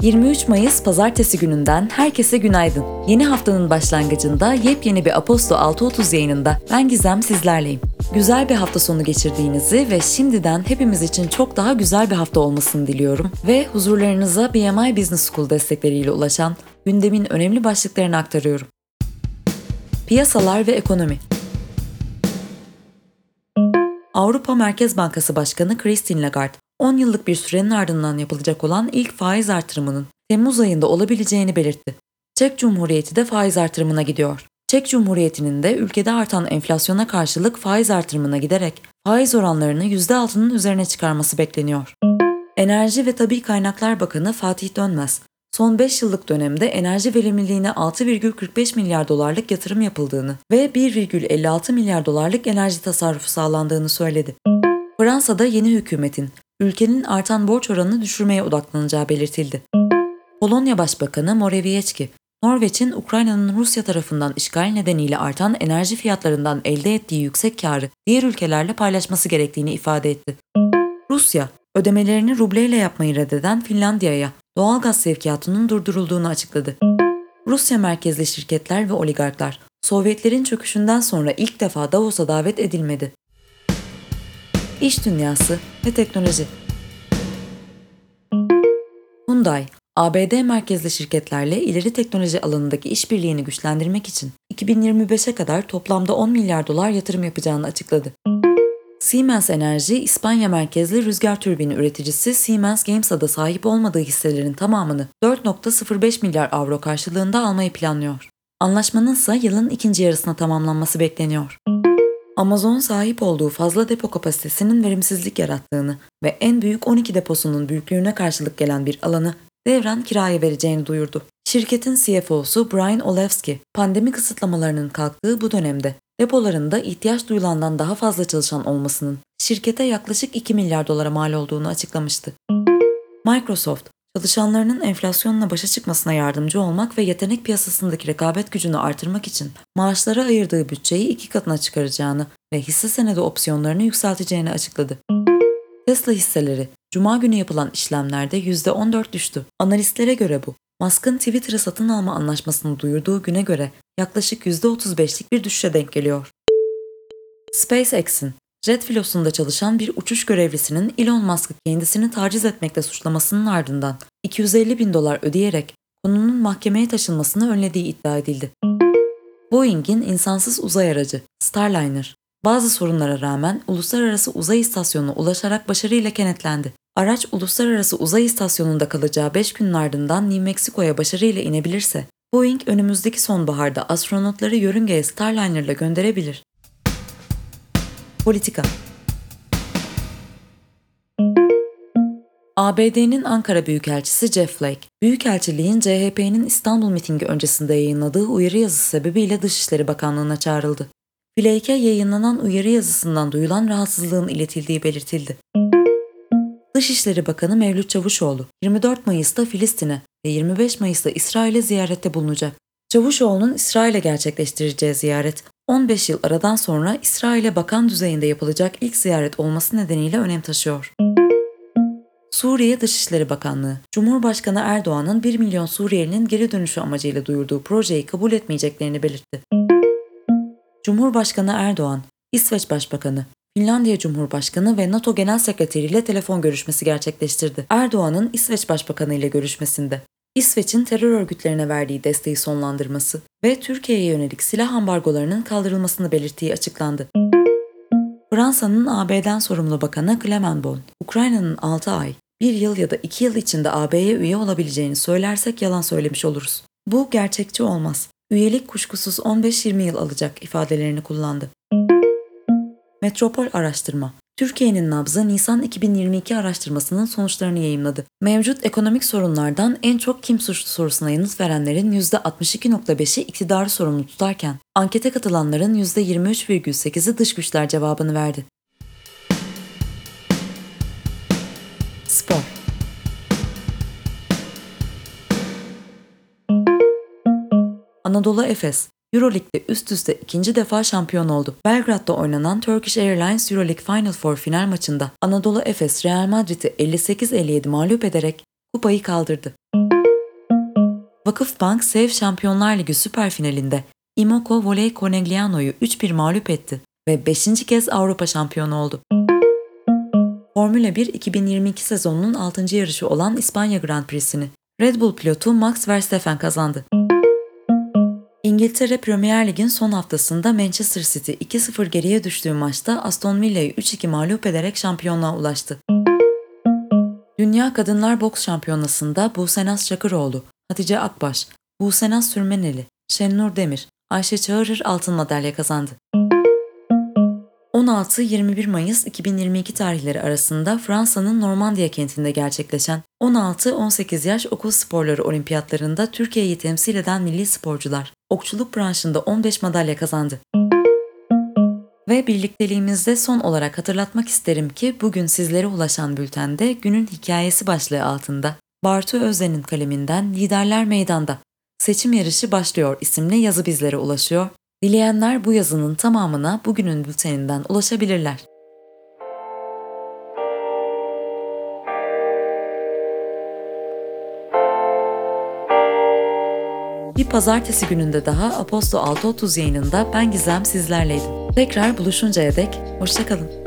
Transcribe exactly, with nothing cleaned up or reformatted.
yirmi üç Mayıs Pazartesi gününden herkese günaydın. Yeni haftanın başlangıcında yepyeni bir Aposto altı otuz yayınında ben Gizem sizlerleyim. Güzel bir hafta sonu geçirdiğinizi ve şimdiden hepimiz için çok daha güzel bir hafta olmasını diliyorum ve huzurlarınıza B M I Business School destekleriyle ulaşan gündemin önemli başlıklarını aktarıyorum. Piyasalar ve ekonomi. Avrupa Merkez Bankası Başkanı Christine Lagarde, on yıllık bir sürenin ardından yapılacak olan ilk faiz artırımının Temmuz ayında olabileceğini belirtti. Çek Cumhuriyeti de faiz artırımına gidiyor. Çek Cumhuriyeti'nin de ülkede artan enflasyona karşılık faiz artırımına giderek faiz oranlarını yüzde altının üzerine çıkarması bekleniyor. Enerji ve Tabii Kaynaklar Bakanı Fatih Dönmez, son beş yıllık dönemde enerji verimliliğine altı virgül kırk beş milyar dolarlık yatırım yapıldığını ve bir virgül elli altı milyar dolarlık enerji tasarrufu sağlandığını söyledi. Fransa'da yeni hükümetin ülkenin artan borç oranını düşürmeye odaklanacağı belirtildi. Polonya Başbakanı Morawiecki, Norveç'in Ukrayna'nın Rusya tarafından işgal nedeniyle artan enerji fiyatlarından elde ettiği yüksek karı diğer ülkelerle paylaşması gerektiğini ifade etti. Rusya, ödemelerini rubleyle yapmayı reddeden Finlandiya'ya doğalgaz sevkiyatının durdurulduğunu açıkladı. Rusya merkezli şirketler ve oligarklar, Sovyetlerin çöküşünden sonra ilk defa Davos'a davet edilmedi. İş dünyası ve teknoloji. Hyundai, A B D merkezli şirketlerle ileri teknoloji alanındaki işbirliğini güçlendirmek için iki bin yirmi beşe kadar toplamda on milyar dolar yatırım yapacağını açıkladı. Siemens Enerji, İspanya merkezli rüzgar türbini üreticisi Siemens Gamesa'da sahip olmadığı hisselerin tamamını dört virgül sıfır beş milyar avro karşılığında almayı planlıyor. Anlaşmanın ise yılın ikinci yarısına tamamlanması bekleniyor. Amazon sahip olduğu fazla depo kapasitesinin verimsizlik yarattığını ve en büyük on iki deposunun büyüklüğüne karşılık gelen bir alanı devren kiraya vereceğini duyurdu. Şirketin C F O'su Brian Olewski, pandemi kısıtlamalarının kalktığı bu dönemde depolarında ihtiyaç duyulandan daha fazla çalışan olmasının şirkete yaklaşık iki milyar dolara mal olduğunu açıklamıştı. Microsoft, çalışanlarının enflasyonla başa çıkmasına yardımcı olmak ve yetenek piyasasındaki rekabet gücünü artırmak için maaşlara ayırdığı bütçeyi iki katına çıkaracağını ve hisse senedi opsiyonlarını yükselteceğini açıkladı. Tesla hisseleri, Cuma günü yapılan işlemlerde yüzde on dört düştü. Analistlere göre bu, Musk'ın Twitter'ı satın alma anlaşmasını duyurduğu güne göre yaklaşık yüzde otuz beşlik bir düşüşe denk geliyor. SpaceX'in, jet filosunda çalışan bir uçuş görevlisinin Elon Musk'ı kendisini taciz etmekle suçlamasının ardından iki yüz elli bin dolar ödeyerek konunun mahkemeye taşınmasını önlediği iddia edildi. Boeing'in insansız uzay aracı Starliner, bazı sorunlara rağmen Uluslararası Uzay İstasyonu'na ulaşarak başarıyla kenetlendi. Araç Uluslararası Uzay İstasyonu'nda kalacağı beş günün ardından New Mexico'ya başarıyla inebilirse, Boeing önümüzdeki sonbaharda astronotları yörüngeye Starliner'la gönderebilir. Politika. A B D'nin Ankara Büyükelçisi Jeff Flake, Büyükelçiliğin C H P'nin İstanbul mitingi öncesinde yayınladığı uyarı yazısı sebebiyle Dışişleri Bakanlığı'na çağrıldı. Flake'e yayınlanan uyarı yazısından duyulan rahatsızlığın iletildiği belirtildi. Dışişleri Bakanı Mevlüt Çavuşoğlu, yirmi dört Mayıs'ta Filistin'e ve yirmi beş Mayıs'ta İsrail'e ziyarette bulunacak. Çavuşoğlu'nun İsrail'e gerçekleştireceği ziyaret, on beş yıl aradan sonra İsrail'e bakan düzeyinde yapılacak ilk ziyaret olması nedeniyle önem taşıyor. Suriye Dışişleri Bakanlığı, Cumhurbaşkanı Erdoğan'ın bir milyon Suriyelinin geri dönüşü amacıyla duyurduğu projeyi kabul etmeyeceklerini belirtti. Cumhurbaşkanı Erdoğan, İsveç Başbakanı, Finlandiya Cumhurbaşkanı ve NATO Genel Sekreteri ile telefon görüşmesi gerçekleştirdi. Erdoğan'ın İsveç Başbakanı ile görüşmesinde, İsveç'in terör örgütlerine verdiği desteği sonlandırması ve Türkiye'ye yönelik silah ambargolarının kaldırılmasını belirttiği açıklandı. Fransa'nın A B'den sorumlu bakanı Clement Bon, Ukrayna'nın altı ay, bir yıl ya da iki yıl içinde A B'ye üye olabileceğini söylersek yalan söylemiş oluruz. Bu gerçekçi olmaz. Üyelik kuşkusuz on beş yirmi yıl alacak ifadelerini kullandı. Metropol Araştırma, Türkiye'nin nabzı Nisan iki bin yirmi iki araştırmasının sonuçlarını yayımladı. Mevcut ekonomik sorunlardan en çok kim suçlu sorusuna yanıt verenlerin yüzde altmış iki virgül beşi iktidarı sorumlu tutarken, ankete katılanların yüzde yirmi üç virgül sekizi dış güçler cevabını verdi. Spor. Anadolu Efes, Euroleague'de üst üste ikinci defa şampiyon oldu. Belgrad'da oynanan Turkish Airlines Euroleague Final Four final maçında Anadolu Efes Real Madrid'i elli sekiz elli yedi mağlup ederek kupayı kaldırdı. Vakıfbank Sev Şampiyonlar Ligi Süper Finalinde Imoco Volley Conegliano'yu üç bir mağlup etti ve beşinci kez Avrupa şampiyonu oldu. Formula bir iki bin yirmi iki sezonunun altıncı yarışı olan İspanya Grand Prix'sini Red Bull pilotu Max Verstappen kazandı. İngiltere Premier Lig'in son haftasında Manchester City iki sıfır geriye düştüğü maçta Aston Villa'yı üç iki mağlup ederek şampiyonluğa ulaştı. Dünya Kadınlar Boks Şampiyonası'nda Busenaz Çakıroğlu, Hatice Akbaş, Busenaz Sürmeneli, Şenur Demir, Ayşe Çağırır altın madalya kazandı. on altı yirmi bir Mayıs iki bin yirmi iki tarihleri arasında Fransa'nın Normandiya kentinde gerçekleşen on altı on sekiz yaş okul sporları olimpiyatlarında Türkiye'yi temsil eden milli sporcular okçuluk branşında on beş madalya kazandı. Ve birlikteliğimizde son olarak hatırlatmak isterim ki bugün sizlere ulaşan bültende günün hikayesi başlığı altında Bartu Özden'in kaleminden Liderler Meydanda, Seçim Yarışı Başlıyor isimli yazı bizlere ulaşıyor. Dileyenler bu yazının tamamına bugünün bülteninden ulaşabilirler. Bir pazartesi gününde daha Aposto altı otuz yayınında ben Gizem sizlerleydim. Tekrar buluşuncaya dek hoşça kalın.